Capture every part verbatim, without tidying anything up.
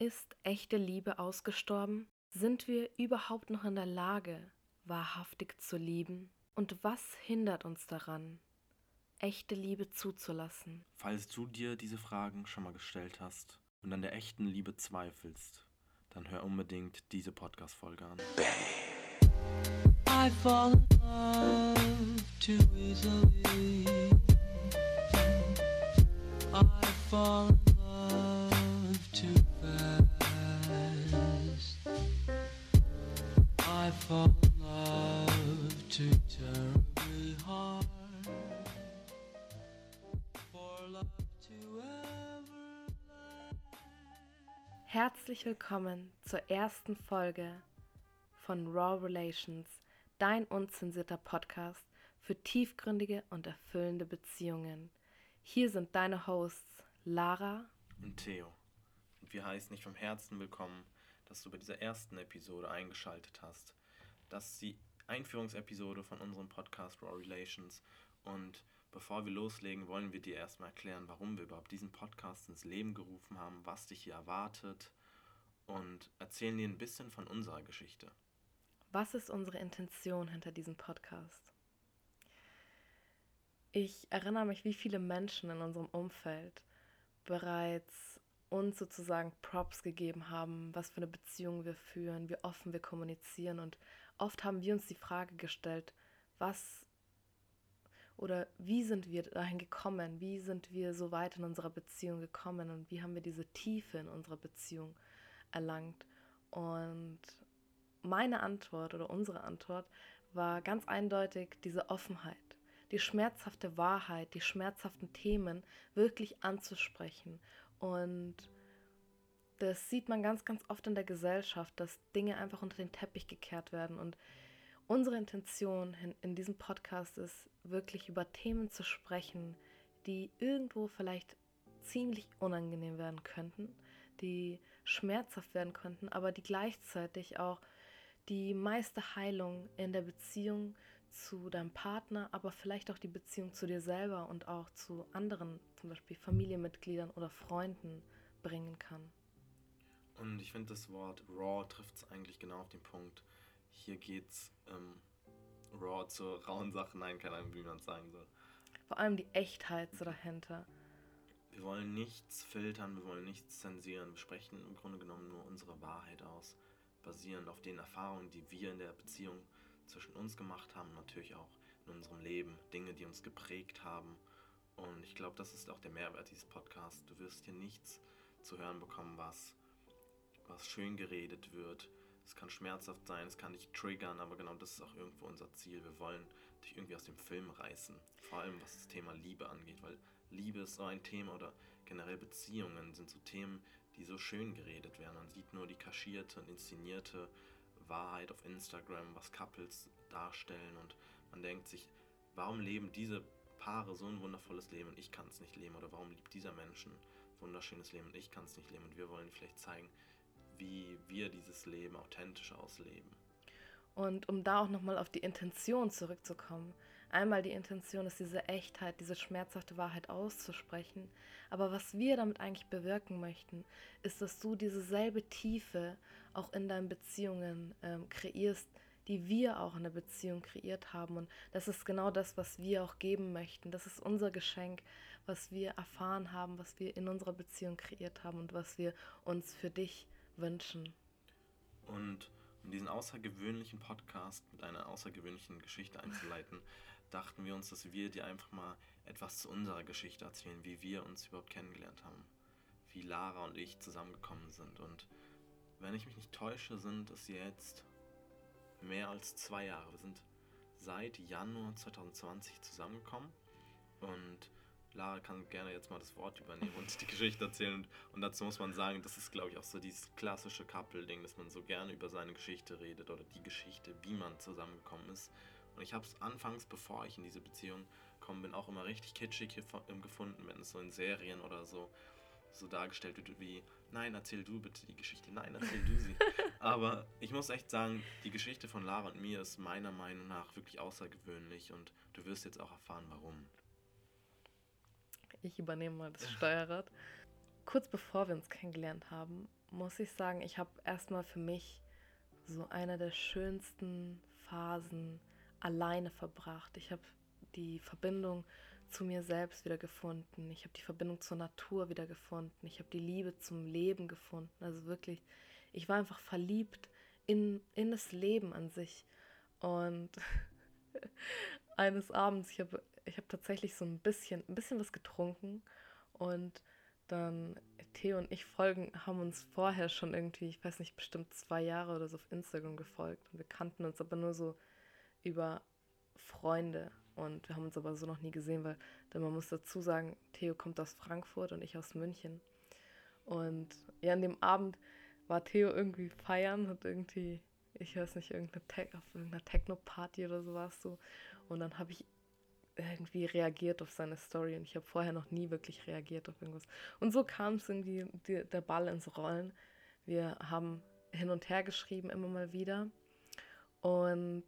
Ist echte Liebe ausgestorben? Sind wir überhaupt noch in der Lage, wahrhaftig zu lieben? Und was hindert uns daran, echte Liebe zuzulassen? Falls du dir diese Fragen schon mal gestellt hast und an der echten Liebe zweifelst, dann hör unbedingt diese Podcast-Folge an. I fall in love too easily. I fall in love too fast. I fall in love too terribly hard. For love to ever last. Herzlich willkommen zur ersten Folge von Raw Relations, dein unzensierter Podcast für tiefgründige und erfüllende Beziehungen. Hier sind deine Hosts Lara Und Theo. Und wir heißen dich vom Herzen willkommen, dass du bei dieser ersten Episode eingeschaltet hast. Das ist die Einführungsepisode von unserem Podcast Raw Relations. Und bevor wir loslegen, wollen wir dir erstmal erklären, warum wir überhaupt diesen Podcast ins Leben gerufen haben, was dich hier erwartet und erzählen dir ein bisschen von unserer Geschichte. Was ist unsere Intention hinter diesem Podcast? Ich erinnere mich, wie viele Menschen in unserem Umfeld bereits uns sozusagen Props gegeben haben, was für eine Beziehung wir führen, wie offen wir kommunizieren. Und oft haben wir uns die Frage gestellt, was oder wie sind wir dahin gekommen? Wie sind wir so weit in unserer Beziehung gekommen? Und wie haben wir diese Tiefe in unserer Beziehung erlangt? Und meine Antwort oder unsere Antwort war ganz eindeutig diese Offenheit, die schmerzhafte Wahrheit, die schmerzhaften Themen wirklich anzusprechen. Und das sieht man ganz, ganz oft in der Gesellschaft, dass Dinge einfach unter den Teppich gekehrt werden. Und unsere Intention in, in diesem Podcast ist, wirklich über Themen zu sprechen, die irgendwo vielleicht ziemlich unangenehm werden könnten, die schmerzhaft werden könnten, aber die gleichzeitig auch die meiste Heilung in der Beziehung zu deinem Partner, aber vielleicht auch die Beziehung zu dir selber und auch zu anderen, zum Beispiel Familienmitgliedern oder Freunden, bringen kann. Und ich finde, das Wort raw trifft es eigentlich genau auf den Punkt. Hier geht's ähm, raw zur rauen Sache. Nein, keine Ahnung, wie man es sagen soll. Vor allem die Echtheit so dahinter. Wir wollen nichts filtern, wir wollen nichts zensieren. Wir sprechen im Grunde genommen nur unsere Wahrheit aus, basierend auf den Erfahrungen, die wir in der Beziehung zwischen uns gemacht haben, natürlich auch in unserem Leben, Dinge, die uns geprägt haben. Und ich glaube, das ist auch der Mehrwert dieses Podcasts. Du wirst hier nichts zu hören bekommen, was, was schön geredet wird. Es kann schmerzhaft sein, es kann dich triggern, aber genau das ist auch irgendwo unser Ziel. Wir wollen dich irgendwie aus dem Film reißen, vor allem was das Thema Liebe angeht, weil Liebe ist so ein Thema oder generell Beziehungen sind so Themen, die so schön geredet werden. Man sieht nur die kaschierte und inszenierte Wahrheit auf Instagram, was Couples darstellen und man denkt sich, warum leben diese Paare so ein wundervolles Leben und ich kann es nicht leben, oder warum liebt dieser Mensch ein wunderschönes Leben und ich kann es nicht leben, und wir wollen vielleicht zeigen, wie wir dieses Leben authentisch ausleben. Und um da auch nochmal auf die Intention zurückzukommen. Einmal die Intention ist, diese Echtheit, diese schmerzhafte Wahrheit auszusprechen. Aber was wir damit eigentlich bewirken möchten, ist, dass du diese selbe Tiefe auch in deinen Beziehungen ähm, kreierst, die wir auch in der Beziehung kreiert haben. Und das ist genau das, was wir auch geben möchten. Das ist unser Geschenk, was wir erfahren haben, was wir in unserer Beziehung kreiert haben und was wir uns für dich wünschen. Und um diesen außergewöhnlichen Podcast mit einer außergewöhnlichen Geschichte einzuleiten, dachten wir uns, dass wir dir einfach mal etwas zu unserer Geschichte erzählen, wie wir uns überhaupt kennengelernt haben, wie Lara und ich zusammengekommen sind. Und wenn ich mich nicht täusche, sind es jetzt mehr als zwei Jahre. Wir sind seit Januar zwanzig zwanzig zusammengekommen und Lara kann gerne jetzt mal das Wort übernehmen und die Geschichte erzählen. Und, und dazu muss man sagen, das ist, glaube ich, auch so dieses klassische Couple-Ding, dass man so gerne über seine Geschichte redet oder die Geschichte, wie man zusammengekommen ist. Und ich habe es anfangs, bevor ich in diese Beziehung gekommen bin, auch immer richtig kitschig gefunden, wenn es so in Serien oder so so dargestellt wird wie, nein, erzähl du bitte die Geschichte, nein, erzähl du sie. Aber ich muss echt sagen, die Geschichte von Lara und mir ist meiner Meinung nach wirklich außergewöhnlich und du wirst jetzt auch erfahren, warum. Ich übernehme mal das Steuerrad. Kurz bevor wir uns kennengelernt haben, muss ich sagen, ich habe erstmal für mich so eine der schönsten Phasen alleine verbracht. Ich habe die Verbindung zu mir selbst wieder gefunden. Ich habe die Verbindung zur Natur wieder gefunden. Ich habe die Liebe zum Leben gefunden. Also wirklich, ich war einfach verliebt in, in das Leben an sich. Und eines Abends, ich habe ich hab tatsächlich so ein bisschen, ein bisschen was getrunken und dann Theo und ich folgen, haben uns vorher schon irgendwie, ich weiß nicht, bestimmt zwei Jahre oder so auf Instagram gefolgt und wir kannten uns aber nur so über Freunde und wir haben uns aber so noch nie gesehen, weil denn man muss dazu sagen, Theo kommt aus Frankfurt und ich aus München und ja, an dem Abend war Theo irgendwie feiern, hat irgendwie, ich weiß nicht, irgendeine Tech, auf irgendeiner Techno-Party oder so warst du und dann habe ich irgendwie reagiert auf seine Story und ich habe vorher noch nie wirklich reagiert auf irgendwas. Und so kam es irgendwie die, der Ball ins Rollen. Wir haben hin und her geschrieben, immer mal wieder. Und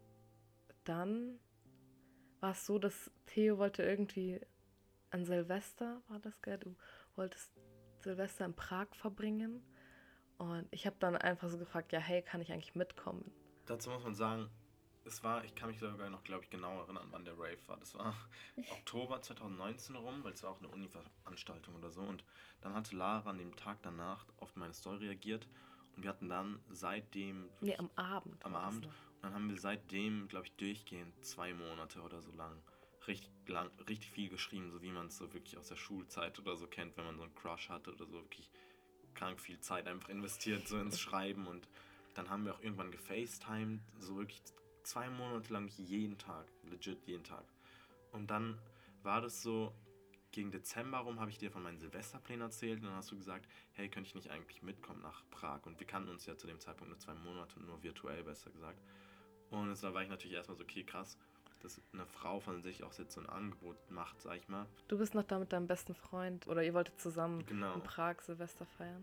dann war es so, dass Theo wollte irgendwie an Silvester, war das, gell? Du wolltest Silvester in Prag verbringen. Und ich habe dann einfach so gefragt, ja, hey, kann ich eigentlich mitkommen? Dazu muss man sagen, es war, ich kann mich sogar noch, glaube ich, genau erinnern, wann der Rave war. Das war Oktober zwanzig neunzehn rum, weil es war auch eine Uni-Veranstaltung oder so. Und dann hatte Lara an dem Tag danach auf meine Story reagiert. Und wir hatten dann seitdem... Nee, am Abend. Am war das Abend. noch. Und dann haben wir seitdem, glaube ich, durchgehend zwei Monate oder so lang richtig, lang, richtig viel geschrieben, so wie man es so wirklich aus der Schulzeit oder so kennt, wenn man so einen Crush hatte oder so, wirklich krank viel Zeit einfach investiert, so ins Schreiben. Und dann haben wir auch irgendwann gefacetimed, so wirklich zwei Monate lang jeden Tag, legit jeden Tag. Und dann war das so, gegen Dezember rum habe ich dir von meinen Silvesterplänen erzählt und dann hast du gesagt, hey, könnte ich nicht eigentlich mitkommen nach Prag? Und wir kannten uns ja zu dem Zeitpunkt nur zwei Monate, nur virtuell besser gesagt. Und da war ich natürlich erstmal so, okay, krass, dass eine Frau von sich auch jetzt so ein Angebot macht, sag ich mal. Du bist noch da mit deinem besten Freund oder ihr wolltet zusammen Genau. in Prag Silvester feiern.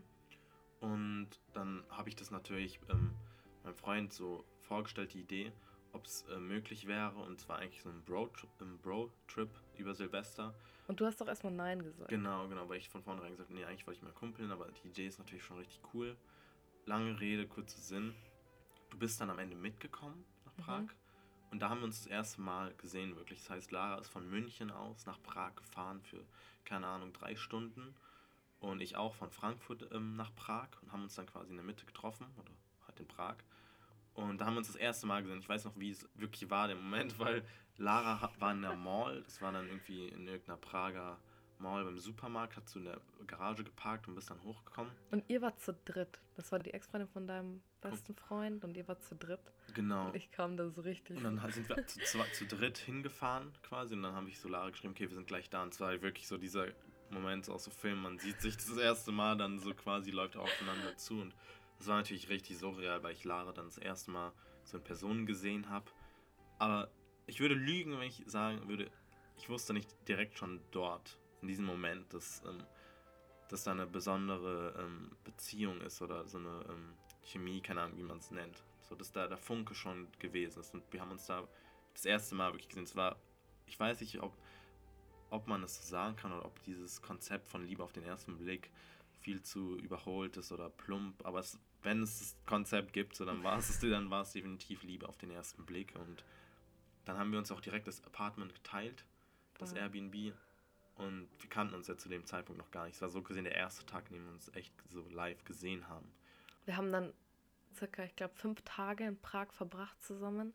Und dann habe ich das natürlich ähm, meinem Freund so vorgestellt, die Idee, ob es äh, möglich wäre. Und es war eigentlich so ein Bro-Trip, ein Bro-Trip über Silvester. Und du hast doch erstmal Nein gesagt. Genau, genau, weil ich von vornherein gesagt habe, nee, eigentlich wollte ich mal kumpeln, aber die Idee ist natürlich schon richtig cool. Lange Rede, kurzer Sinn. Du bist dann am Ende mitgekommen nach Prag. Mhm. Und da haben wir uns das erste Mal gesehen, wirklich. Das heißt, Lara ist von München aus nach Prag gefahren für, keine Ahnung, drei Stunden. Und ich auch von Frankfurt ähm, nach Prag und haben uns dann quasi in der Mitte getroffen, oder halt in Prag. Und da haben wir uns das erste Mal gesehen. Ich weiß noch, wie es wirklich war, der Moment, weil Lara war in der Mall. Das war dann irgendwie in irgendeiner Prager Mall beim Supermarkt, hat du in der Garage geparkt und bist dann hochgekommen. Und ihr wart zu dritt. Das war die Ex-Freundin von deinem besten Freund und ihr wart zu dritt. Genau. Und ich kam da so richtig. Und dann sind wir zu, zu, zu dritt hingefahren quasi und dann habe ich so Lara geschrieben, okay, wir sind gleich da. Und es war halt wirklich so dieser Moment aus so Film, man sieht sich das erste Mal, dann so quasi läuft er aufeinander zu. Und das war natürlich richtig surreal, weil ich Lara dann das erste Mal so in Person gesehen habe. Aber ich würde lügen, wenn ich sagen würde, ich wusste nicht direkt schon dort, in diesem Moment, dass, ähm, dass da eine besondere ähm, Beziehung ist oder so eine ähm, Chemie, keine Ahnung, wie man es nennt. So, dass da der Funke schon gewesen ist. Und wir haben uns da das erste Mal wirklich gesehen. Es war, ich weiß nicht, ob, ob man das so sagen kann oder ob dieses Konzept von Liebe auf den ersten Blick viel zu überholt ist oder plump. Aber es, wenn es das Konzept gibt, so, dann war es dann war es definitiv Liebe auf den ersten Blick. Und dann haben wir uns auch direkt das Apartment geteilt, das Ja. Airbnb. Und wir kannten uns ja zu dem Zeitpunkt noch gar nicht. Es war so gesehen der erste Tag, in dem wir uns echt so live gesehen haben. Wir haben dann circa, ich glaube, fünf Tage in Prag verbracht zusammen.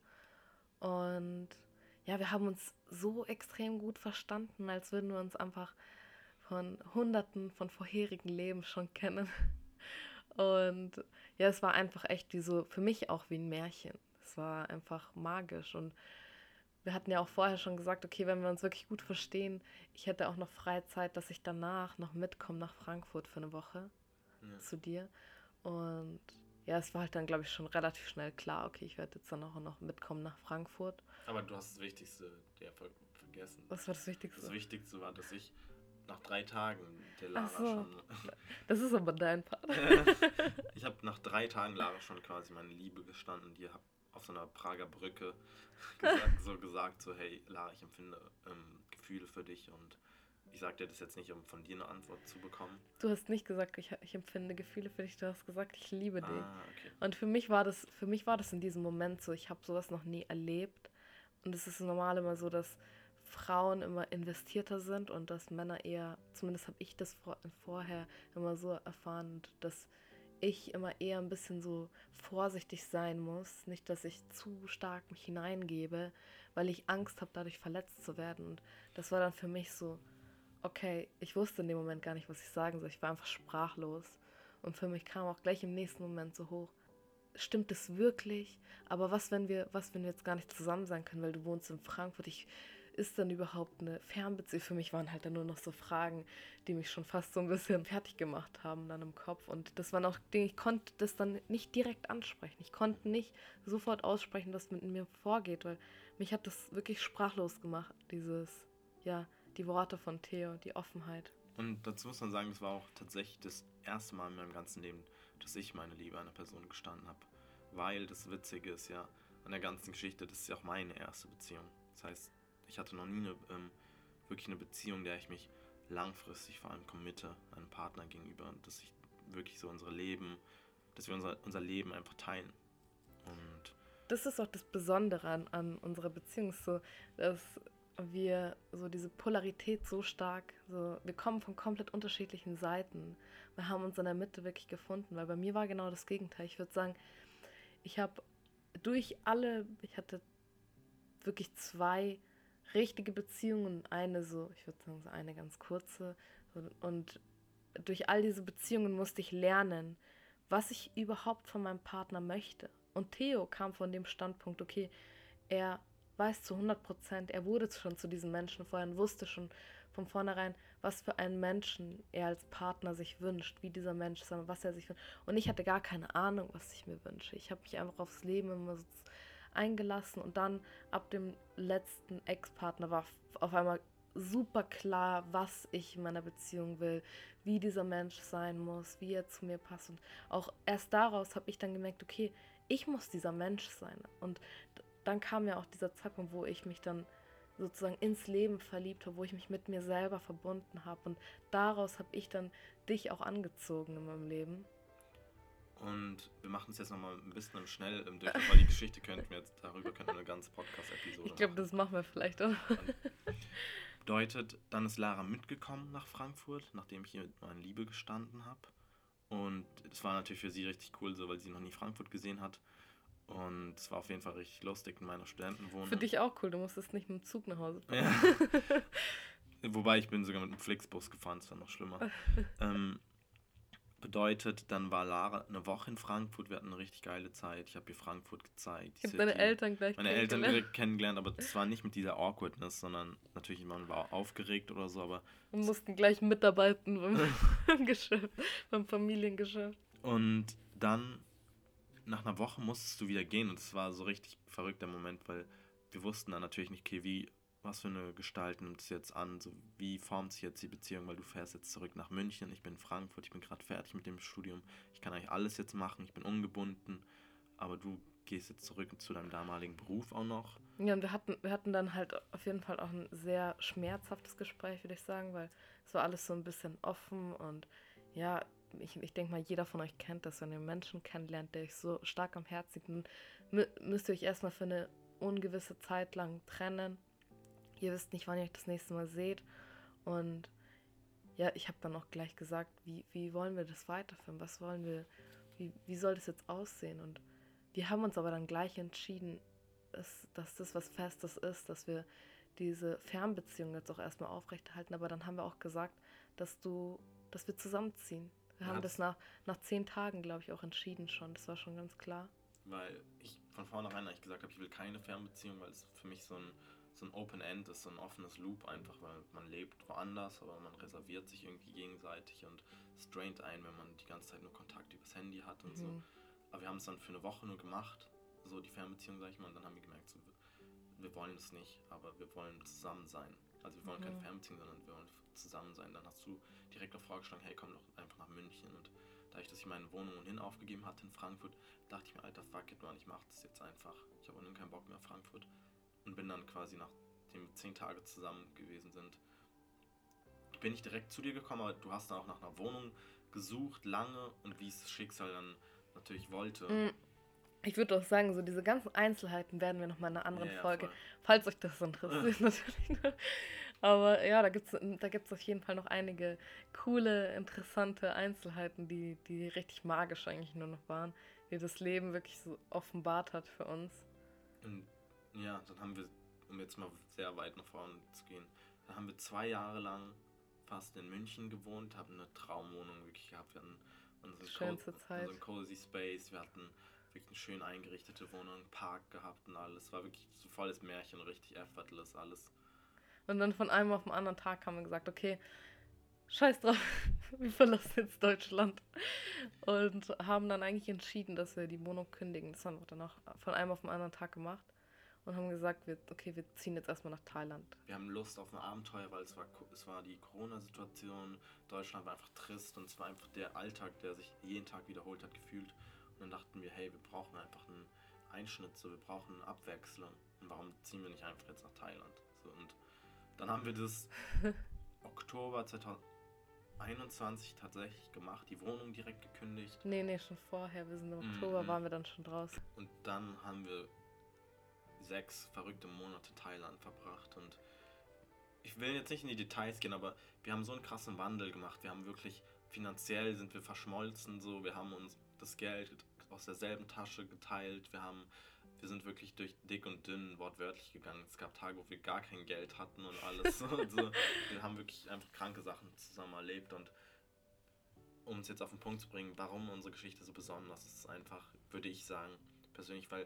Und ja, wir haben uns so extrem gut verstanden, als würden wir uns einfach von Hunderten von vorherigen Leben schon kennen. Und ja, es war einfach echt wie so, für mich auch wie ein Märchen. Es war einfach magisch. Und wir hatten ja auch vorher schon gesagt, okay, wenn wir uns wirklich gut verstehen, ich hätte auch noch Freizeit, dass ich danach noch mitkomme nach Frankfurt für eine Woche Ja. zu dir. Und ja, es war halt dann, glaube ich, schon relativ schnell klar, okay, ich werde jetzt dann auch noch mitkommen nach Frankfurt. Aber du hast das Wichtigste der ver- vergessen. Was war das Wichtigste? Das Wichtigste war, dass ich nach drei Tagen der Lara Ach so. schon... Das ist aber dein Part. ich habe nach drei Tagen Lara schon quasi meine Liebe gestanden. Die habe auf so einer Prager Brücke gesagt, so gesagt, so hey Lara, ich empfinde ähm, Gefühle für dich und ich sage dir das jetzt nicht, um von dir eine Antwort zu bekommen. Du hast nicht gesagt, ich, ich empfinde Gefühle für dich, du hast gesagt, ich liebe dich. Ah, okay. Und für mich war das, für mich war das in diesem Moment so, ich habe sowas noch nie erlebt. Und es ist normal immer so, dass Frauen immer investierter sind und dass Männer eher, zumindest habe ich das vor, vorher immer so erfahren, dass ich immer eher ein bisschen so vorsichtig sein muss. Nicht, dass ich zu stark mich hineingebe, weil ich Angst habe, dadurch verletzt zu werden. Und das war dann für mich so, okay, ich wusste in dem Moment gar nicht, was ich sagen soll. Ich war einfach sprachlos. Und für mich kam auch gleich im nächsten Moment so hoch, stimmt es wirklich? Aber was, wenn wir, was, wenn wir jetzt gar nicht zusammen sein können, weil du wohnst in Frankfurt? Ich, ist dann überhaupt eine Fernbeziehung? Für mich waren halt dann nur noch so Fragen, die mich schon fast so ein bisschen fertig gemacht haben dann im Kopf. Und das waren auch Dinge, ich konnte das dann nicht direkt ansprechen. Ich konnte nicht sofort aussprechen, was mit mir vorgeht, weil mich hat das wirklich sprachlos gemacht, dieses, ja, die Worte von Theo, die Offenheit. Und dazu muss man sagen, das war auch tatsächlich das erste Mal in meinem ganzen Leben, dass ich meine Liebe einer Person gestanden habe. Weil das Witzige ist ja an der ganzen Geschichte, das ist ja auch meine erste Beziehung. Das heißt, ich hatte noch nie eine, ähm, wirklich eine Beziehung, in der ich mich langfristig vor allem committe, einem Partner gegenüber. Und dass ich wirklich so unsere Leben, dass wir unser, unser Leben einfach teilen. Und Das ist auch das Besondere an, an unserer Beziehung, so, dass wir so diese Polarität so stark, so, wir kommen von komplett unterschiedlichen Seiten. Wir haben uns in der Mitte wirklich gefunden, weil bei mir war genau das Gegenteil. Ich würde sagen, ich habe durch alle, ich hatte wirklich zwei richtige Beziehungen, eine so, ich würde sagen, so eine ganz kurze. Und durch all diese Beziehungen musste ich lernen, was ich überhaupt von meinem Partner möchte. Und Theo kam von dem Standpunkt, okay, er weiß zu hundert Prozent, er wurde schon zu diesem Menschen vorher und wusste schon von vornherein, was für einen Menschen er als Partner sich wünscht, wie dieser Mensch ist, was er sich wünscht. Und ich hatte gar keine Ahnung, was ich mir wünsche. Ich habe mich einfach aufs Leben immer so eingelassen und dann ab dem letzten Ex-Partner war auf einmal super klar, was ich in meiner Beziehung will, wie dieser Mensch sein muss, wie er zu mir passt. Und auch erst daraus habe ich dann gemerkt, okay, ich muss dieser Mensch sein. Und dann kam ja auch dieser Zeitpunkt, wo ich mich dann sozusagen ins Leben verliebt habe, wo ich mich mit mir selber verbunden habe. Und daraus habe ich dann dich auch angezogen in meinem Leben. Und wir machen es jetzt nochmal ein bisschen schnell im Durchlauf, weil die Geschichte könnten wir jetzt, darüber könnten wir eine ganze Podcast-Episode Ich glaube, machen. das machen wir vielleicht auch. Bedeutet, dann ist Lara mitgekommen nach Frankfurt, nachdem ich ihr meine Liebe gestanden habe. Und das war natürlich für sie richtig cool, so, weil sie noch nie Frankfurt gesehen hat. Und es war auf jeden Fall richtig lustig in meiner Studentenwohnung. Für dich auch cool, du musstest nicht mit dem Zug nach Hause fahren. Ja. Wobei ich bin sogar mit einem Flixbus gefahren, das war noch schlimmer. ähm, bedeutet, dann war Lara eine Woche in Frankfurt, wir hatten eine richtig geile Zeit. Ich habe ihr Frankfurt gezeigt. Ich habe deine Eltern gleich Meine Eltern direkt kennengelernt, aber das war nicht mit dieser Awkwardness, sondern natürlich, man war aufgeregt oder so, aber... Wir mussten gleich mitarbeiten beim, beim Geschäft, beim Familiengeschäft. Und dann, nach einer Woche musstest du wieder gehen und es war so richtig verrückter Moment, weil wir wussten dann natürlich nicht, okay, wie, was für eine Gestalt nimmt es jetzt an, so wie formt sich jetzt die Beziehung, weil du fährst jetzt zurück nach München, ich bin in Frankfurt, ich bin gerade fertig mit dem Studium, ich kann eigentlich alles jetzt machen, ich bin ungebunden, aber du gehst jetzt zurück zu deinem damaligen Beruf auch noch. Ja, und wir hatten, wir hatten dann halt auf jeden Fall auch ein sehr schmerzhaftes Gespräch, würde ich sagen, weil es war alles so ein bisschen offen und ja, ich, ich denke mal, jeder von euch kennt das, wenn ihr einen Menschen kennenlernt, der euch so stark am Herzen liegt, dann müsst ihr euch erstmal für eine ungewisse Zeit lang trennen. Ihr wisst nicht, wann ihr euch das nächste Mal seht. Und ja, ich habe dann auch gleich gesagt, wie, wie wollen wir das weiterführen? Was wollen wir, wie, wie soll das jetzt aussehen? Und wir haben uns aber dann gleich entschieden, dass, dass das was Festes ist, dass wir diese Fernbeziehung jetzt auch erstmal aufrechterhalten. Aber dann haben wir auch gesagt, dass du, dass wir zusammenziehen. Wir Ja, haben das nach, nach zehn Tagen, glaube ich, auch entschieden schon. Das war schon ganz klar. Weil ich von vornherein eigentlich gesagt habe, ich will keine Fernbeziehung, weil es für mich so ein, so ein Open End ist, so ein offenes Loop einfach, weil man lebt woanders, aber man reserviert sich irgendwie gegenseitig und es draint ein, wenn man die ganze Zeit nur Kontakt übers Handy hat und Mhm. so. Aber wir haben es dann für eine Woche nur gemacht, so die Fernbeziehung, sag ich mal, und dann haben wir gemerkt, so, wir wollen das nicht, aber wir wollen zusammen sein. Also wir wollen Mhm. keine Fernbeziehung, sondern wir wollen zusammen sein. Dann hast du direkt auch vorgeschlagen, hey, komm doch einfach nach München. Und da ich, dass ich meine Wohnung ohnehin aufgegeben hatte in Frankfurt, dachte ich mir, alter, fuck it, man, ich mach das jetzt einfach. Ich habe ohnehin keinen Bock mehr auf Frankfurt. Und bin dann quasi, nachdem wir zehn Tage zusammen gewesen sind, bin nicht direkt zu dir gekommen, aber du hast dann auch nach einer Wohnung gesucht, lange, und wie es das Schicksal dann natürlich wollte. Mm, Ich würde auch sagen, so diese ganzen Einzelheiten werden wir noch mal in einer anderen Ja, ja, Folge, voll. falls euch das interessiert natürlich. Ne? Aber ja, da gibt es da gibt's auf jeden Fall noch einige coole, interessante Einzelheiten, die, die richtig magisch eigentlich nur noch waren, die das Leben wirklich so offenbart hat für uns. Und ja, dann haben wir, um jetzt mal sehr weit nach vorne zu gehen, dann haben wir zwei Jahre lang fast in München gewohnt, haben eine Traumwohnung wirklich gehabt. Wir hatten unseren, Schönste Co- Zeit. unseren cozy Space, wir hatten wirklich eine schön eingerichtete Wohnung, Park gehabt und alles. War wirklich so volles Märchen, richtig effortless alles. Und dann von einem auf den anderen Tag haben wir gesagt, okay, scheiß drauf, wir verlassen jetzt Deutschland. Und haben dann eigentlich entschieden, dass wir die Wohnung kündigen. Das haben wir dann auch von einem auf den anderen Tag gemacht. Und haben gesagt, wir, okay, wir ziehen jetzt erstmal nach Thailand. Wir haben Lust auf ein Abenteuer, weil es war, Co- es war die Corona-Situation, Deutschland war einfach trist und es war einfach der Alltag, der sich jeden Tag wiederholt hat, gefühlt. Und dann dachten wir, hey, wir brauchen einfach einen Einschnitt, so, wir brauchen eine Abwechslung. Und warum ziehen wir nicht einfach jetzt nach Thailand? So, und dann haben wir das Oktober zweitausendeinundzwanzig tatsächlich gemacht, die Wohnung direkt gekündigt. Nee, nee, schon vorher. Wir sind im Mhm. Oktober, waren wir dann schon draußen. Und dann haben wir sechs verrückte Monate Thailand verbracht. Und ich will jetzt nicht in die Details gehen, aber wir haben so einen krassen Wandel gemacht. Wir haben wirklich, finanziell sind wir verschmolzen, so. Wir haben uns das Geld aus derselben Tasche geteilt. Wir haben, wir sind wirklich durch dick und dünn wortwörtlich gegangen. Es gab Tage, wo wir gar kein Geld hatten und alles. So, und so. Wir haben wirklich einfach kranke Sachen zusammen erlebt. Und um es jetzt auf den Punkt zu bringen, warum unsere Geschichte so besonders ist, ist einfach, würde ich sagen, persönlich, weil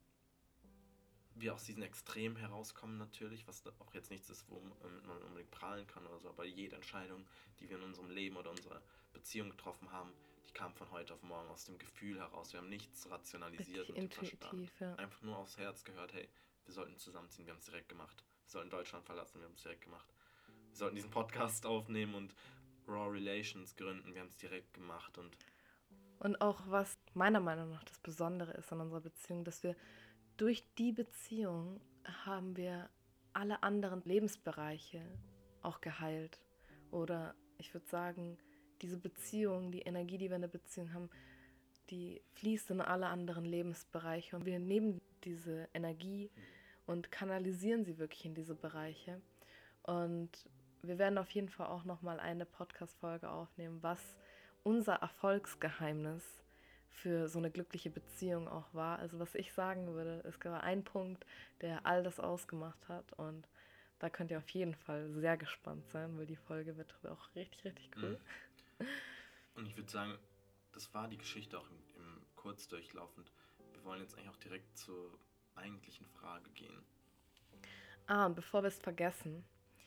wir aus diesen Extremen herauskommen natürlich, was da auch jetzt nichts ist, wo man unbedingt prahlen kann oder so, aber jede Entscheidung, die wir in unserem Leben oder unserer Beziehung getroffen haben, die kam von heute auf morgen aus dem Gefühl heraus. Wir haben nichts rationalisiert Richtig mit dem Verstand. intuitiv, ja. Einfach nur aufs Herz gehört, hey, wir sollten zusammenziehen, wir haben es direkt gemacht. Wir sollten Deutschland verlassen, wir haben es direkt gemacht. Wir sollten diesen Podcast aufnehmen und Raw Relations gründen, wir haben es direkt gemacht. Und Und auch was meiner Meinung nach das Besondere ist an unserer Beziehung, dass wir durch die Beziehung haben wir alle anderen Lebensbereiche auch geheilt. Oder ich würde sagen, diese Beziehung, die Energie, die wir in der Beziehung haben, die fließt in alle anderen Lebensbereiche. Und wir nehmen diese Energie und kanalisieren sie wirklich in diese Bereiche. Und wir werden auf jeden Fall auch nochmal eine Podcast-Folge aufnehmen, was unser Erfolgsgeheimnis für so eine glückliche Beziehung auch war. Also was ich sagen würde, es war ein Punkt, der all das ausgemacht hat, und da könnt ihr auf jeden Fall sehr gespannt sein, weil die Folge wird auch richtig, richtig cool. Und ich würde sagen, das war die Geschichte auch im, im Kurzdurchlauf, und wir wollen jetzt eigentlich auch direkt zur eigentlichen Frage gehen. Ah, und bevor wir es vergessen,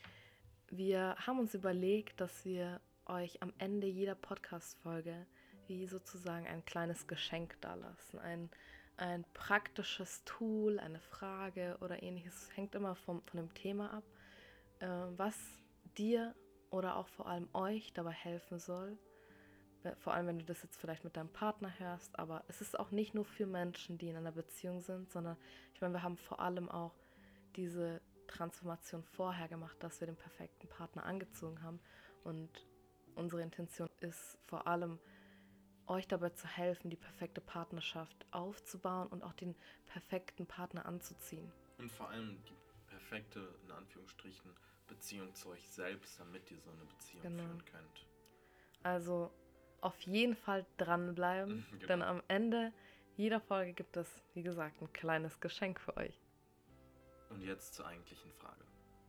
wir haben uns überlegt, dass wir euch am Ende jeder Podcast-Folge wie sozusagen ein kleines Geschenk dalassen. Ein, ein praktisches Tool, eine Frage oder ähnliches. Hängt immer vom, von dem Thema ab, äh, was dir oder auch vor allem euch dabei helfen soll. Vor allem, wenn du das jetzt vielleicht mit deinem Partner hörst. Aber es ist auch nicht nur für Menschen, die in einer Beziehung sind, sondern ich meine, wir haben vor allem auch diese Transformation vorher gemacht, dass wir den perfekten Partner angezogen haben. Und unsere Intention ist vor allem, euch dabei zu helfen, die perfekte Partnerschaft aufzubauen und auch den perfekten Partner anzuziehen. Und vor allem die perfekte, in Anführungsstrichen, Beziehung zu euch selbst, damit ihr so eine Beziehung Genau. führen könnt. Also auf jeden Fall dranbleiben, Genau. denn am Ende jeder Folge gibt es, wie gesagt, ein kleines Geschenk für euch. Und jetzt zur eigentlichen Frage.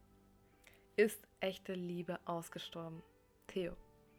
Ist echte Liebe ausgestorben? Theo,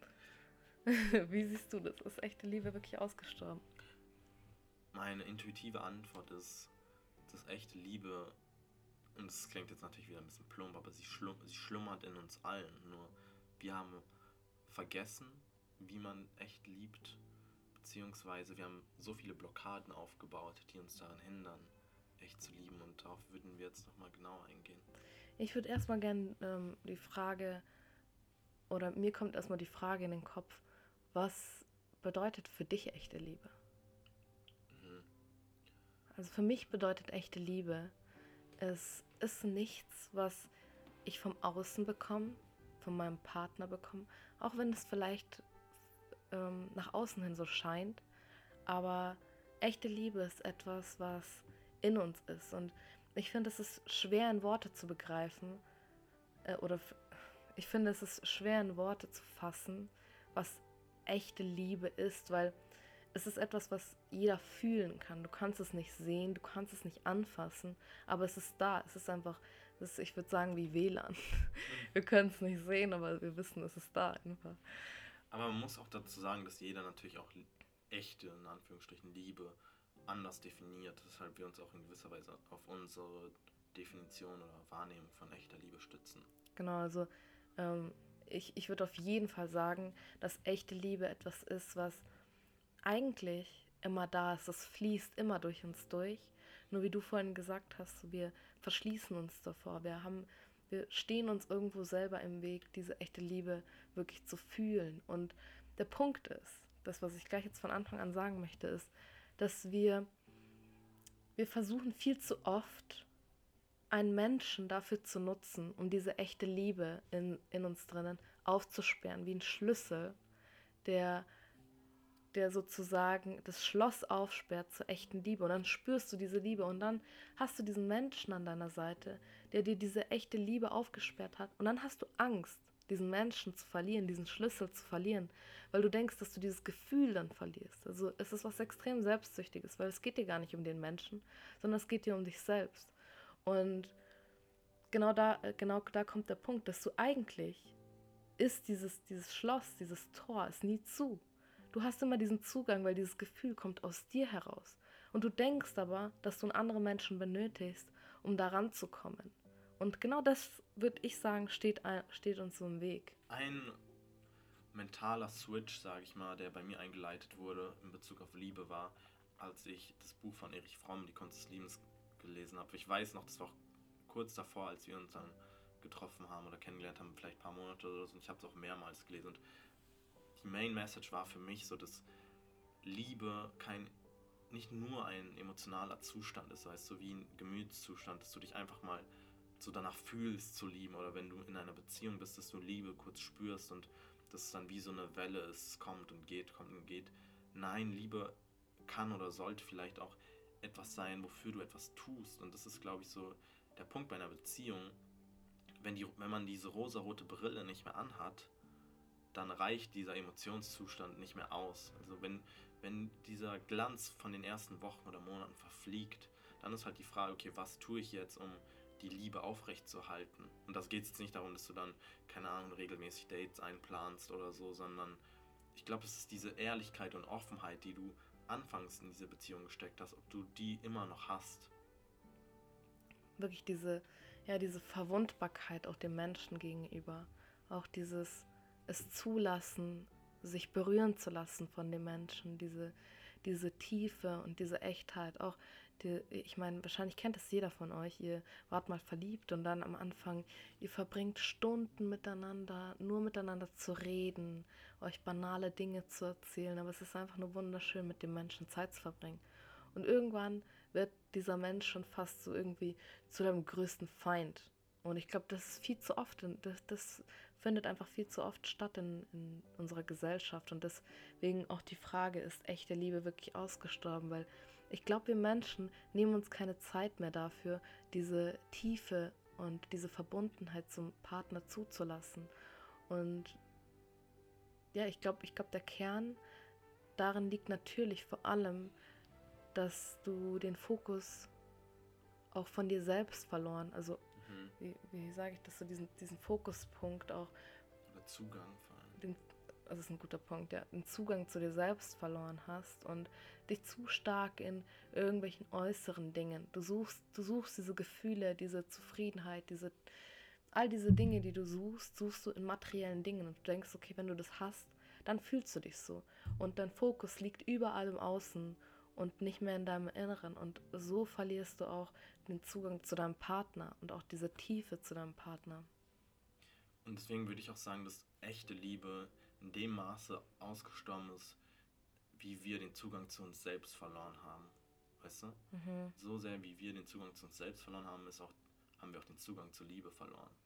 wie siehst du das? Ist echte Liebe wirklich ausgestorben? Meine intuitive Antwort ist, dass echte Liebe, und das klingt jetzt natürlich wieder ein bisschen plump, aber sie, schlum, sie schlummert in uns allen. Nur wir haben vergessen, wie man echt liebt, beziehungsweise wir haben so viele Blockaden aufgebaut, die uns daran hindern, echt zu lieben, und darauf würden wir jetzt nochmal genauer eingehen. Ich würde erstmal gerne ähm, die Frage, oder mir kommt erstmal die Frage in den Kopf, was bedeutet für dich echte Liebe? Mhm. Also für mich bedeutet echte Liebe, es ist nichts, was ich vom Außen bekomme, von meinem Partner bekomme, auch wenn es vielleicht ähm, nach außen hin so scheint, aber echte Liebe ist etwas, was in uns ist und ich finde, es ist schwer in Worte zu begreifen äh, oder f- ich finde, es ist schwer in Worte zu fassen, was echte Liebe ist, weil es ist etwas, was jeder fühlen kann. Du kannst es nicht sehen, du kannst es nicht anfassen, aber es ist da. Es ist einfach, es ist, ich würde sagen, wie W L A N. Wir können es nicht sehen, aber wir wissen, es ist da einfach. Aber man muss auch dazu sagen, dass jeder natürlich auch echte, in Anführungsstrichen, Liebe anders definiert, weshalb wir uns auch in gewisser Weise auf unsere Definition oder Wahrnehmung von echter Liebe stützen. Genau, also ähm, ich, ich würde auf jeden Fall sagen, dass echte Liebe etwas ist, was eigentlich immer da ist. Es fließt immer durch uns durch. Nur wie du vorhin gesagt hast, so wir verschließen uns davor. Wir haben, wir stehen uns irgendwo selber im Weg, diese echte Liebe wirklich zu fühlen. Und der Punkt ist, das, was ich gleich jetzt von Anfang an sagen möchte, ist, dass wir, wir versuchen viel zu oft, einen Menschen dafür zu nutzen, um diese echte Liebe in, in uns drinnen aufzusperren, wie ein Schlüssel, der der sozusagen das Schloss aufsperrt zur echten Liebe. Und dann spürst du diese Liebe und dann hast du diesen Menschen an deiner Seite, der dir diese echte Liebe aufgesperrt hat. Und dann hast du Angst, diesen Menschen zu verlieren, diesen Schlüssel zu verlieren, weil du denkst, dass du dieses Gefühl dann verlierst. Also es ist was extrem Selbstsüchtiges, weil es geht dir gar nicht um den Menschen, sondern es geht dir um dich selbst. Und genau da, genau da kommt der Punkt, dass du eigentlich ist dieses, dieses Schloss, dieses Tor ist nie zu. Du hast immer diesen Zugang, weil dieses Gefühl kommt aus dir heraus. Und du denkst aber, dass du einen anderen Menschen benötigst, um da ranzukommen. Und genau das, würde ich sagen, steht, steht uns so im Weg. Ein mentaler Switch, sage ich mal, der bei mir eingeleitet wurde in Bezug auf Liebe war, als ich das Buch von Erich Fromm, Die Kunst des Liebens, gelesen habe. Ich weiß noch, das war auch kurz davor, als wir uns dann getroffen haben oder kennengelernt haben, vielleicht ein paar Monate oder so. Und ich habe es auch mehrmals gelesen. Und die Main Message war für mich so, dass Liebe kein, nicht nur ein emotionaler Zustand ist, weißt du, wie ein Gemütszustand, dass du dich einfach mal so danach fühlst zu lieben oder wenn du in einer Beziehung bist, dass du Liebe kurz spürst und dass es dann wie so eine Welle ist, es kommt und geht, kommt und geht. Nein, Liebe kann oder sollte vielleicht auch etwas sein, wofür du etwas tust und das ist, glaube ich, so der Punkt bei einer Beziehung, wenn, die, wenn man diese rosarote Brille nicht mehr anhat, dann reicht dieser Emotionszustand nicht mehr aus. Also wenn, wenn dieser Glanz von den ersten Wochen oder Monaten verfliegt, dann ist halt die Frage, okay, was tue ich jetzt, um die Liebe aufrechtzuerhalten? Und das geht jetzt nicht darum, dass du dann, keine Ahnung, regelmäßig Dates einplanst oder so, sondern ich glaube, es ist diese Ehrlichkeit und Offenheit, die du anfangs in diese Beziehung gesteckt hast, ob du die immer noch hast. Wirklich diese, ja, diese Verwundbarkeit auch dem Menschen gegenüber. Auch dieses es zulassen, sich berühren zu lassen von dem Menschen, diese, diese Tiefe und diese Echtheit. Auch, die, ich meine, wahrscheinlich kennt es jeder von euch, ihr wart mal verliebt und dann am Anfang, ihr verbringt Stunden miteinander, nur miteinander zu reden, euch banale Dinge zu erzählen, aber es ist einfach nur wunderschön, mit dem Menschen Zeit zu verbringen. Und irgendwann wird dieser Mensch schon fast so irgendwie zu deinem größten Feind. Und ich glaube, das ist viel zu oft, das, das findet einfach viel zu oft statt in, in unserer Gesellschaft. Und deswegen auch die Frage, ist echte Liebe wirklich ausgestorben? Weil ich glaube, wir Menschen nehmen uns keine Zeit mehr dafür, diese Tiefe und diese Verbundenheit zum Partner zuzulassen. Und ja, ich glaube, ich glaube, der Kern darin liegt natürlich vor allem, dass du den Fokus auch von dir selbst verloren, also Mhm. wie, wie sage ich das so, diesen, diesen Fokuspunkt auch, Oder Zugang vor allem. den, das ist ein guter Punkt, ja, den Zugang zu dir selbst verloren hast und dich zu stark in irgendwelchen äußeren Dingen, du suchst, du suchst diese Gefühle, diese Zufriedenheit, diese, all diese Dinge, die du suchst, suchst du in materiellen Dingen und du denkst, okay, wenn du das hast, dann fühlst du dich so und dein Fokus liegt überall im Außen und nicht mehr in deinem Inneren und so verlierst du auch den Zugang zu deinem Partner und auch diese Tiefe zu deinem Partner. Und deswegen würde ich auch sagen, dass echte Liebe in dem Maße ausgestorben ist, wie wir den Zugang zu uns selbst verloren haben. Weißt du? Mhm. So sehr, wie wir den Zugang zu uns selbst verloren haben, ist auch, haben wir auch den Zugang zur Liebe verloren.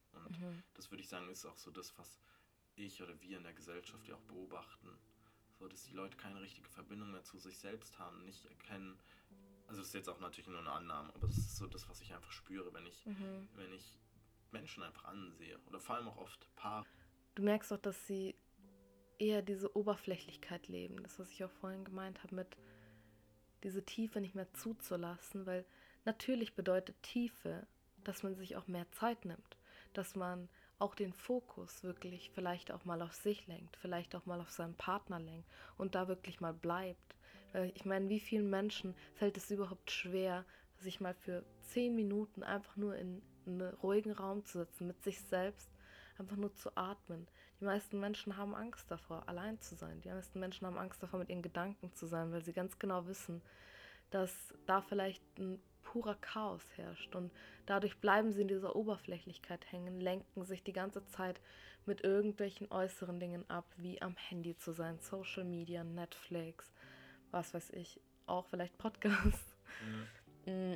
Und Mhm. das würde ich sagen, ist auch so das, was ich oder wir in der Gesellschaft ja auch beobachten. So, dass die Leute keine richtige Verbindung mehr zu sich selbst haben, nicht erkennen. Also das ist jetzt auch natürlich nur eine Annahme, aber das ist so das, was ich einfach spüre, wenn ich, Mhm. wenn ich Menschen einfach ansehe. Oder vor allem auch oft Paare. Du merkst auch, dass sie eher diese Oberflächlichkeit leben. Das, was ich auch vorhin gemeint habe, mit diese Tiefe nicht mehr zuzulassen, weil natürlich bedeutet Tiefe, dass man sich auch mehr Zeit nimmt, dass man auch den Fokus wirklich vielleicht auch mal auf sich lenkt, vielleicht auch mal auf seinen Partner lenkt und da wirklich mal bleibt. Weil ich meine, wie vielen Menschen fällt es überhaupt schwer, sich mal für zehn Minuten einfach nur in einen ruhigen Raum zu setzen, mit sich selbst, einfach nur zu atmen. Die meisten Menschen haben Angst davor, allein zu sein. Die meisten Menschen haben Angst davor, mit ihren Gedanken zu sein, weil sie ganz genau wissen, dass da vielleicht ein purer Chaos herrscht. Und dadurch bleiben sie in dieser Oberflächlichkeit hängen, lenken sich die ganze Zeit mit irgendwelchen äußeren Dingen ab, wie am Handy zu sein, Social Media, Netflix, was weiß ich, auch vielleicht Podcasts. Ja.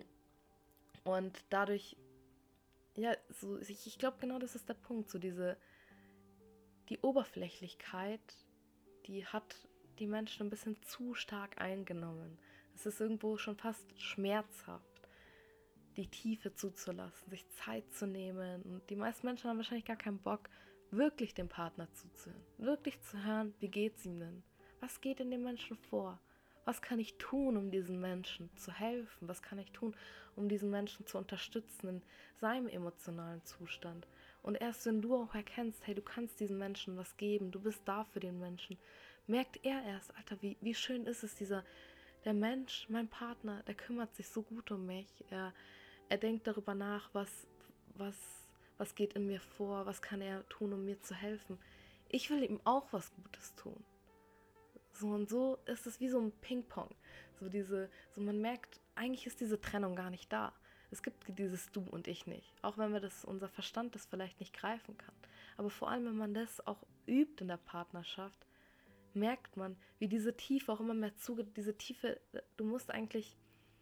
Und dadurch, ja, so, ich, ich glaube, genau das ist der Punkt, so diese, die Oberflächlichkeit, die hat die Menschen ein bisschen zu stark eingenommen. Es ist irgendwo schon fast schmerzhaft, die Tiefe zuzulassen, sich Zeit zu nehmen. Und die meisten Menschen haben wahrscheinlich gar keinen Bock, wirklich dem Partner zuzuhören. Wirklich zu hören, wie geht's ihm denn? Was geht in dem Menschen vor? Was kann ich tun, um diesen Menschen zu helfen? Was kann ich tun, um diesen Menschen zu unterstützen in seinem emotionalen Zustand? Und erst wenn du auch erkennst, hey, du kannst diesem Menschen was geben, du bist da für den Menschen, merkt er erst, Alter, wie, wie schön ist es, dieser, der Mensch, mein Partner, der kümmert sich so gut um mich. Er, er denkt darüber nach, was, was, was geht in mir vor, was kann er tun, um mir zu helfen. Ich will ihm auch was Gutes tun. So und so ist es wie so ein Ping-Pong. So diese, so man merkt, eigentlich ist diese Trennung gar nicht da. Es gibt dieses Du und Ich nicht. Auch wenn wir das, unser Verstand das vielleicht nicht greifen kann. Aber vor allem, wenn man das auch übt in der Partnerschaft, merkt man, wie diese Tiefe auch immer mehr zugeht. Diese Tiefe, du musst eigentlich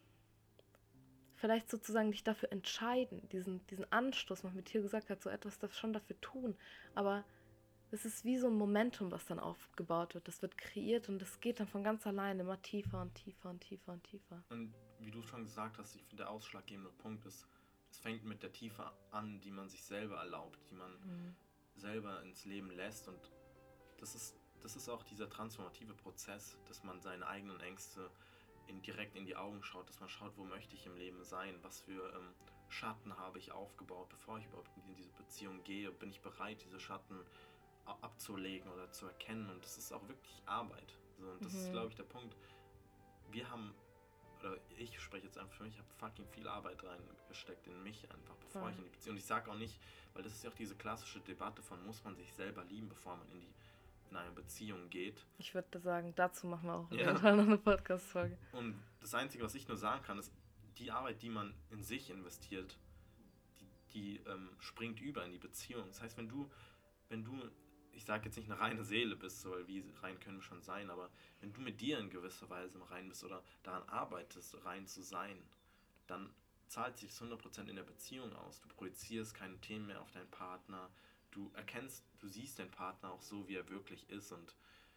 vielleicht sozusagen dich dafür entscheiden, diesen, diesen Anstoß, was mit dir gesagt hat, so etwas das schon dafür tun. Aber es ist wie so ein Momentum, was dann aufgebaut wird. Das wird kreiert und das geht dann von ganz alleine immer tiefer und tiefer und tiefer und tiefer. Und wie du schon gesagt hast, ich finde, der ausschlaggebende Punkt ist, es fängt mit der Tiefe an, die man sich selber erlaubt, die man Mhm. selber ins Leben lässt. Und das ist, das ist auch dieser transformative Prozess, dass man seine eigenen Ängste in, direkt in die Augen schaut, dass man schaut, wo möchte ich im Leben sein, was für ähm, Schatten habe ich aufgebaut, bevor ich überhaupt in diese Beziehung gehe, bin ich bereit, diese Schatten abzulegen oder zu erkennen, und das ist auch wirklich Arbeit. So, und das Mhm. ist, glaube ich, der Punkt. Wir haben, oder ich spreche jetzt einfach für mich, ich habe fucking viel Arbeit reingesteckt in mich einfach, bevor Voll. ich in die Beziehung. Und ich sage auch nicht, weil das ist ja auch diese klassische Debatte von, muss man sich selber lieben, bevor man in die in eine Beziehung geht. Ich würde sagen, dazu machen wir auch auf Ja. jeden Fall noch eine Podcast-Folge. Und das Einzige, was ich nur sagen kann, ist, die Arbeit, die man in sich investiert, die, die ähm, springt über in die Beziehung. Das heißt, wenn du, wenn du, ich sage jetzt nicht eine reine Seele bist, so, weil wie rein können wir schon sein, aber wenn du mit dir in gewisser Weise rein bist oder daran arbeitest, rein zu sein, dann zahlt sich das hundert Prozent in der Beziehung aus. Du projizierst keine Themen mehr auf deinen Partner, du erkennst, du siehst den Partner auch so, wie er wirklich ist, und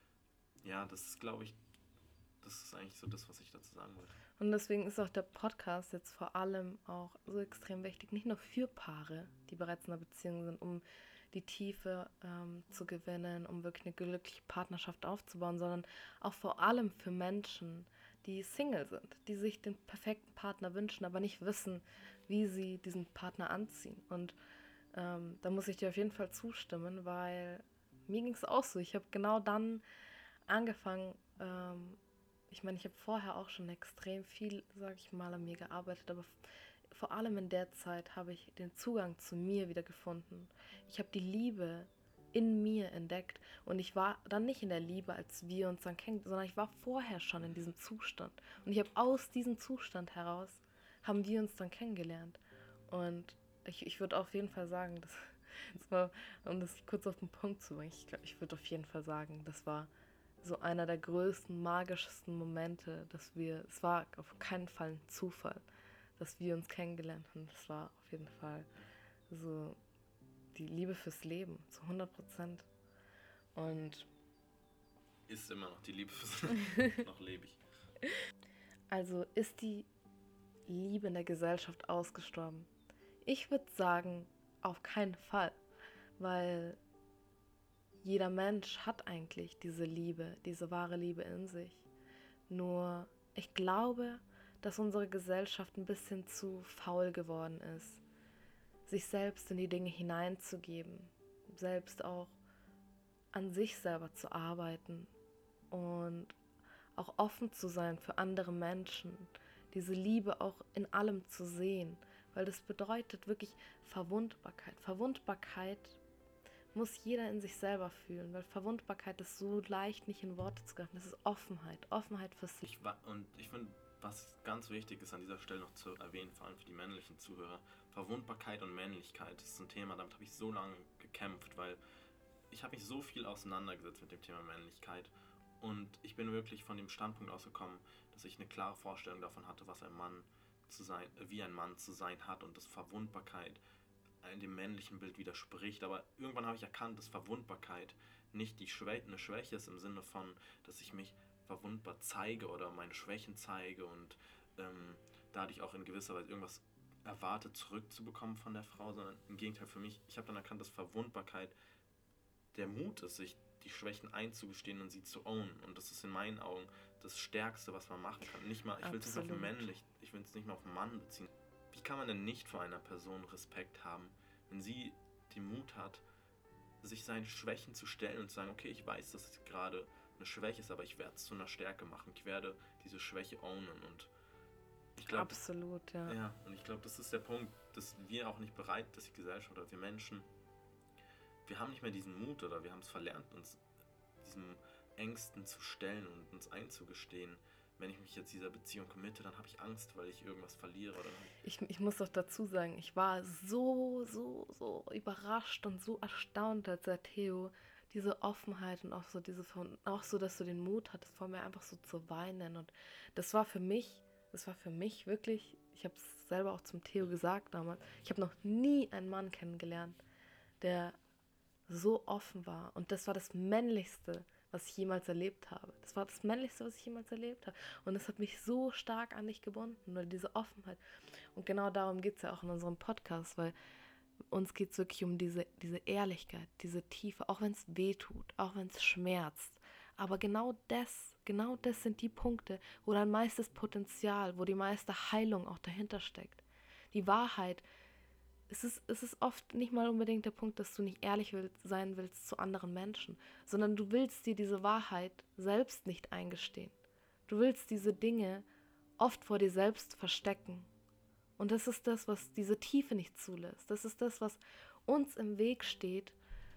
ja, das ist, glaube ich, das ist eigentlich so das, was ich dazu sagen wollte. Und deswegen ist auch der Podcast jetzt vor allem auch so extrem wichtig, nicht nur für Paare, die bereits in einer Beziehung sind, um die Tiefe ähm, zu gewinnen, um wirklich eine glückliche Partnerschaft aufzubauen, sondern auch vor allem für Menschen, die Single sind, die sich den perfekten Partner wünschen, aber nicht wissen, wie sie diesen Partner anziehen. Und ähm, da muss ich dir auf jeden Fall zustimmen, weil mir ging es auch so. Ich habe genau dann angefangen, ähm, ich meine, ich habe vorher auch schon extrem viel, sage ich mal, an mir gearbeitet, aber f- vor allem in der Zeit habe ich den Zugang zu mir wieder gefunden. Ich habe die Liebe in mir entdeckt und ich war dann nicht in der Liebe, als wir uns dann kennengelernt, sondern ich war vorher schon in diesem Zustand. Und ich habe aus diesem Zustand heraus, haben wir uns dann kennengelernt. Und ich, ich würde auf jeden Fall sagen, dass, das war, um das kurz auf den Punkt zu bringen, ich, glaub, ich würde auf jeden Fall sagen, das war so einer der größten, magischsten Momente, dass wir, es war auf keinen Fall ein Zufall, dass wir uns kennengelernt haben. Das war auf jeden Fall so, die Liebe fürs Leben, zu hundert Prozent. Und Ist immer noch die Liebe fürs noch lebe ich. also ist die Liebe in der Gesellschaft ausgestorben? Ich würde sagen, auf keinen Fall, weil jeder Mensch hat eigentlich diese Liebe, diese wahre Liebe in sich. Nur ich glaube, dass unsere Gesellschaft ein bisschen zu faul geworden ist, sich selbst in die Dinge hineinzugeben, selbst auch an sich selber zu arbeiten und auch offen zu sein für andere Menschen, diese Liebe auch in allem zu sehen, weil das bedeutet wirklich Verwundbarkeit. Verwundbarkeit muss jeder in sich selber fühlen, weil Verwundbarkeit ist so leicht nicht in Worte zu greifen. Das ist Offenheit, Offenheit für sich. Ich wa- und ich finde, was ganz wichtig ist an dieser Stelle noch zu erwähnen, vor allem für die männlichen Zuhörer, Verwundbarkeit und Männlichkeit ist ein Thema, damit habe ich so lange gekämpft, weil ich habe mich so viel auseinandergesetzt mit dem Thema Männlichkeit und ich bin wirklich von dem Standpunkt ausgekommen, dass ich eine klare Vorstellung davon hatte, was ein Mann zu sein, äh, wie ein Mann zu sein hat und dass Verwundbarkeit in dem männlichen Bild widerspricht, aber irgendwann habe ich erkannt, dass Verwundbarkeit nicht die Schwä- eine Schwäche ist im Sinne von, dass ich mich verwundbar zeige oder meine Schwächen zeige und ähm, dadurch auch in gewisser Weise irgendwas erwarte zurückzubekommen von der Frau, sondern im Gegenteil für mich, ich habe dann erkannt, dass Verwundbarkeit der Mut ist, sich die Schwächen einzugestehen und sie zu ownen. Und das ist in meinen Augen das Stärkste, was man machen kann. Nicht mal, ich will es nicht auf Absolut. männlich, ich will es nicht mal auf einen Mann beziehen. Wie kann man denn nicht vor einer Person Respekt haben, wenn sie den Mut hat, sich seinen Schwächen zu stellen und zu sagen, okay, ich weiß, dass es gerade eine Schwäche ist, aber ich werde es zu einer Stärke machen. Ich werde diese Schwäche ownen und ich glaube, Absolut, ja. ja, und ich glaube, das ist der Punkt, dass wir auch nicht bereit, dass die Gesellschaft oder wir Menschen, wir haben nicht mehr diesen Mut oder wir haben es verlernt, uns diesen Ängsten zu stellen und uns einzugestehen. Wenn ich mich jetzt dieser Beziehung committe, dann habe ich Angst, weil ich irgendwas verliere. Oder Ich, ich muss doch dazu sagen, ich war so, so, so überrascht und so erstaunt, als der Theo diese Offenheit und auch so diese Ver- auch so, dass du den Mut hattest, vor mir einfach so zu weinen. Und das war für mich, das war für mich wirklich, ich habe es selber auch zum Theo gesagt damals, ich habe noch nie einen Mann kennengelernt, der so offen war. Und das war das Männlichste, was ich jemals erlebt habe. Das war das Männlichste, was ich jemals erlebt habe. Und es hat mich so stark an dich gebunden, weil diese Offenheit. Und genau darum geht es ja auch in unserem Podcast, weil uns geht es wirklich um diese, diese Ehrlichkeit, diese Tiefe, auch wenn es weh tut, auch wenn es schmerzt. Aber genau das, genau das sind die Punkte, wo dein meistes Potenzial, wo die meiste Heilung auch dahinter steckt. Die Wahrheit, es ist, es ist oft nicht mal unbedingt der Punkt, dass du nicht ehrlich will, sein willst zu anderen Menschen, sondern du willst dir diese Wahrheit selbst nicht eingestehen. Du willst diese Dinge oft vor dir selbst verstecken. Und das ist das, was diese Tiefe nicht zulässt. Das ist das, was uns im Weg steht,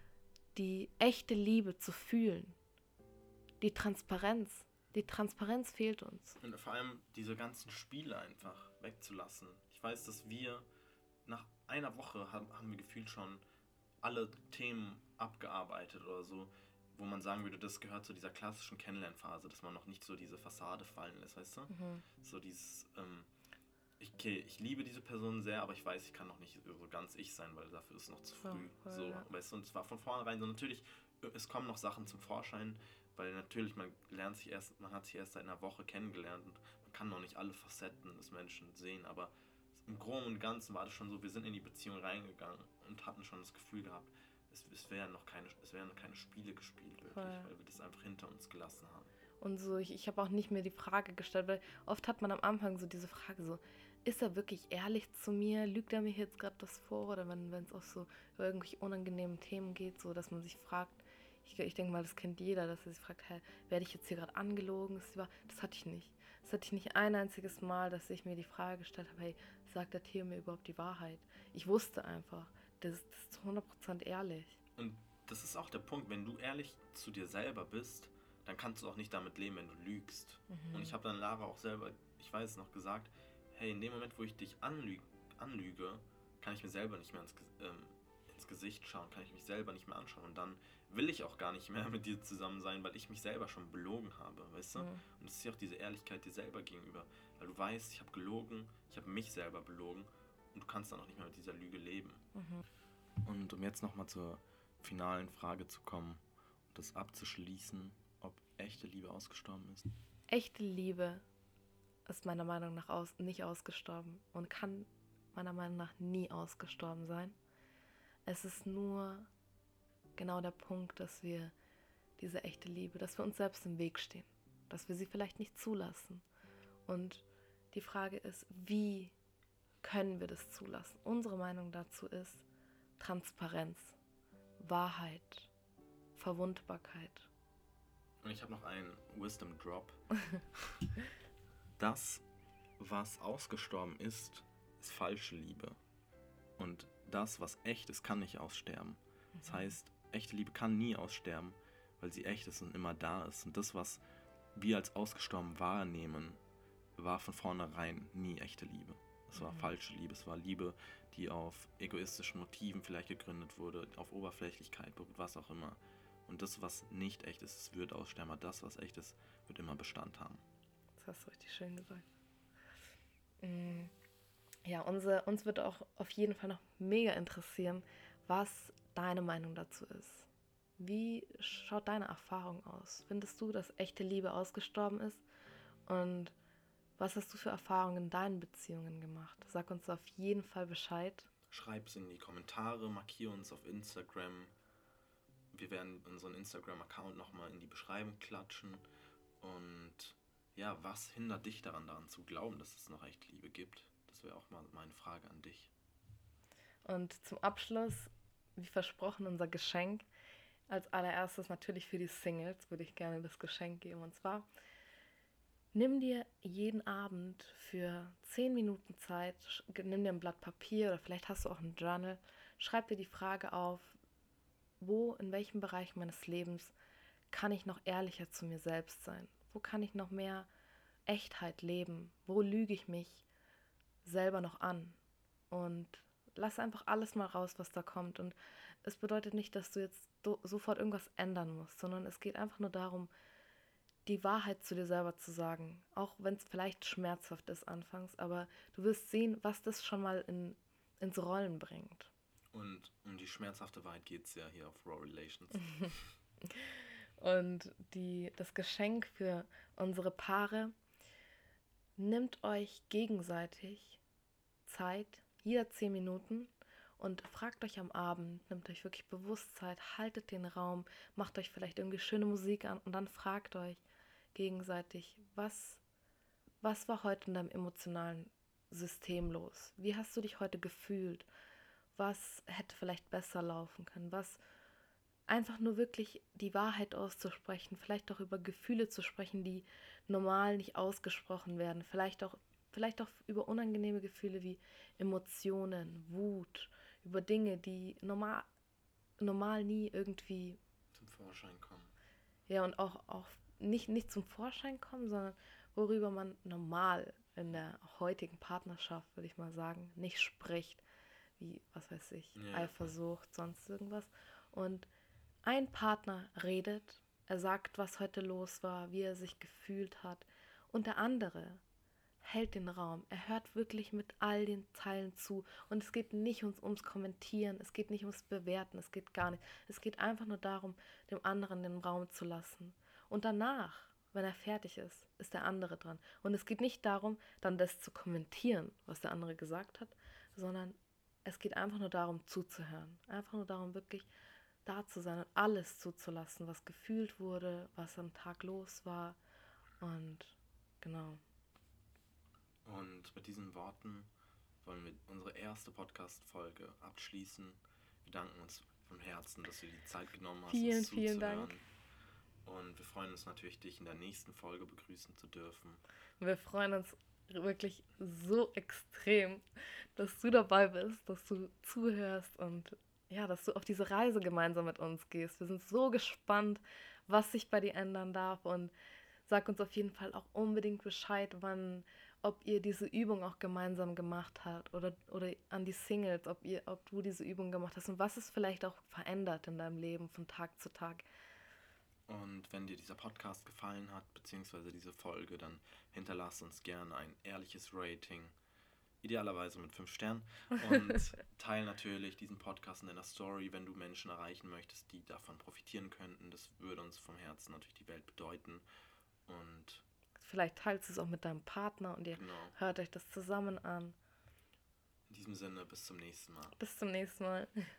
die echte Liebe zu fühlen. Die Transparenz. Die Transparenz fehlt uns. und vor allem diese ganzen Spiele einfach wegzulassen. Ich weiß, dass wir nach einer Woche haben, haben wir gefühlt schon alle Themen abgearbeitet oder so, wo man sagen würde, das gehört zu dieser klassischen Kennenlernphase, dass man noch nicht so diese Fassade fallen lässt, weißt du? Mhm. So dieses, ähm, ich, okay, ich liebe diese Person sehr, aber ich weiß, ich kann noch nicht so ganz ich sein, weil dafür ist es noch zu Ja, früh. voll, So, ja. weißt du, und es war von vornherein so, natürlich, es kommen noch Sachen zum Vorschein, weil natürlich, man lernt sich erst, man hat sich erst seit einer Woche kennengelernt und man kann noch nicht alle Facetten des Menschen sehen, aber im Großen und Ganzen war das schon so, wir sind in die Beziehung reingegangen und hatten schon das Gefühl gehabt, es, es wären noch keine, es wären keine Spiele gespielt, wirklich, Voll. weil wir das einfach hinter uns gelassen haben. Und so, ich, ich habe auch nicht mehr die Frage gestellt, weil oft hat man am Anfang so diese Frage so, ist er wirklich ehrlich zu mir? Lügt er mir jetzt gerade was vor? Oder wenn es auch so über irgendwelche unangenehmen Themen geht, so dass man sich fragt, ich, ich denke mal, das kennt jeder, dass er sich fragt, hey, werde ich jetzt hier gerade angelogen? Das, war, das hatte ich nicht. Das hatte ich nicht ein einziges Mal, dass ich mir die Frage gestellt habe, hey, sagt der Theo mir überhaupt die Wahrheit? Ich wusste einfach, das, das ist zu hundert Prozent ehrlich. Und das ist auch der Punkt, wenn du ehrlich zu dir selber bist, dann kannst du auch nicht damit leben, wenn du lügst. Mhm. Und ich habe dann Lara auch selber, ich weiß es noch, gesagt, hey, in dem Moment, wo ich dich anlüge, anlüge kann ich mir selber nicht mehr ins, ähm, ins Gesicht schauen, kann ich mich selber nicht mehr anschauen. Und dann will ich auch gar nicht mehr mit dir zusammen sein, weil ich mich selber schon belogen habe, weißt du? Mhm. Und das ist ja auch diese Ehrlichkeit dir selber gegenüber. Weil du weißt, ich habe gelogen, ich habe mich selber belogen und du kannst dann auch nicht mehr mit dieser Lüge leben. Mhm. Und um jetzt nochmal zur finalen Frage zu kommen und das abzuschließen, ob echte Liebe ausgestorben ist. Echte Liebe ist meiner Meinung nach aus, nicht ausgestorben und kann meiner Meinung nach nie ausgestorben sein. Es ist nur genau der Punkt, dass wir diese echte Liebe, dass wir uns selbst im Weg stehen, dass wir sie vielleicht nicht zulassen. Und die Frage ist, wie können wir das zulassen? Unsere Meinung dazu ist Transparenz, Wahrheit, Verwundbarkeit. Und ich habe noch einen Wisdom Drop. Das, was ausgestorben ist, ist falsche Liebe. Und das, was echt ist, kann nicht aussterben. Das heißt, echte Liebe kann nie aussterben, weil sie echt ist und immer da ist. Und das, was wir als ausgestorben wahrnehmen, war von vornherein nie echte Liebe. Es war mhm. falsche Liebe. Es war Liebe, die auf egoistischen Motiven vielleicht gegründet wurde, auf Oberflächlichkeit, was auch immer. Und das, was nicht echt ist, es wird aussterben. Aber das, was echt ist, wird immer Bestand haben. Das hast du richtig schön gesagt. Ja, unsere, uns wird auch auf jeden Fall noch mega interessieren, was deine Meinung dazu ist. Wie schaut deine Erfahrung aus? Findest du, dass echte Liebe ausgestorben ist? Und was hast du für Erfahrungen in deinen Beziehungen gemacht? Sag uns auf jeden Fall Bescheid. Schreib es in die Kommentare, markiere uns auf Instagram. Wir werden unseren Instagram-Account nochmal in die Beschreibung klatschen. Und ja, was hindert dich daran, daran zu glauben, dass es noch echte Liebe gibt? Das wäre auch mal meine Frage an dich. Und zum Abschluss, wie versprochen, unser Geschenk. Als allererstes natürlich für die Singles würde ich gerne das Geschenk geben. Und zwar, nimm dir jeden Abend für zehn Minuten Zeit, nimm dir ein Blatt Papier oder vielleicht hast du auch ein Journal, schreib dir die Frage auf, wo, in welchem Bereich meines Lebens kann ich noch ehrlicher zu mir selbst sein? Wo kann ich noch mehr Echtheit leben? Wo lüge ich mich selber noch an? Und lass einfach alles mal raus, was da kommt. Und es bedeutet nicht, dass du jetzt do- sofort irgendwas ändern musst, sondern es geht einfach nur darum, die Wahrheit zu dir selber zu sagen. Auch wenn es vielleicht schmerzhaft ist anfangs, aber du wirst sehen, was das schon mal in, ins Rollen bringt. Und um die schmerzhafte Wahrheit geht es ja hier auf Raw Relations. Und die, das Geschenk für unsere Paare, nimmt euch gegenseitig Zeit, jeder zehn Minuten, und fragt euch am Abend, nehmt euch wirklich bewusst Zeit, haltet den Raum, macht euch vielleicht irgendwie schöne Musik an und dann fragt euch gegenseitig, was, was war heute in deinem emotionalen System los? Wie hast du dich heute gefühlt? Was hätte vielleicht besser laufen können? Was einfach nur wirklich die Wahrheit auszusprechen, vielleicht auch über Gefühle zu sprechen, die normal nicht ausgesprochen werden, vielleicht auch, vielleicht auch über unangenehme Gefühle wie Emotionen, Wut, über Dinge, die normal, normal nie irgendwie zum Vorschein kommen. Ja, und auch, auch nicht, nicht zum Vorschein kommen, sondern worüber man normal in der heutigen Partnerschaft, würde ich mal sagen, nicht spricht, wie, was weiß ich, Ja. Eifersucht, sonst irgendwas. Und ein Partner redet, er sagt, was heute los war, wie er sich gefühlt hat, und der andere hält den Raum. Er hört wirklich mit all den Teilen zu. Und es geht nicht ums, ums Kommentieren, es geht nicht ums Bewerten, es geht gar nicht. Es geht einfach nur darum, dem anderen den Raum zu lassen. Und danach, wenn er fertig ist, ist der andere dran. Und es geht nicht darum, dann das zu kommentieren, was der andere gesagt hat, sondern es geht einfach nur darum, zuzuhören. Einfach nur darum, wirklich da zu sein und alles zuzulassen, was gefühlt wurde, was am Tag los war. Und genau. Und mit diesen Worten wollen wir unsere erste Podcast-Folge abschließen. Wir danken uns von Herzen, dass du dir die Zeit genommen hast, Vielen, uns vielen zuzuhören. Dank. Und wir freuen uns natürlich, dich in der nächsten Folge begrüßen zu dürfen. Wir freuen uns wirklich so extrem, dass du dabei bist, dass du zuhörst und ja, dass du auf diese Reise gemeinsam mit uns gehst. Wir sind so gespannt, was sich bei dir ändern darf, und sag uns auf jeden Fall auch unbedingt Bescheid, wann, ob ihr diese Übung auch gemeinsam gemacht habt oder, oder an die Singles, ob, ihr, ob du diese Übung gemacht hast und was es vielleicht auch verändert in deinem Leben von Tag zu Tag. Und wenn dir dieser Podcast gefallen hat, beziehungsweise diese Folge, dann hinterlass uns gerne ein ehrliches Rating. idealerweise mit fünf Sternen. Und teile natürlich diesen Podcast in deiner Story, wenn du Menschen erreichen möchtest, die davon profitieren könnten. Das würde uns vom Herzen natürlich die Welt bedeuten. Und Vielleicht teilst du es auch mit deinem Partner und ihr genau, hört euch das zusammen an. in diesem Sinne, bis zum nächsten Mal. Bis zum nächsten Mal.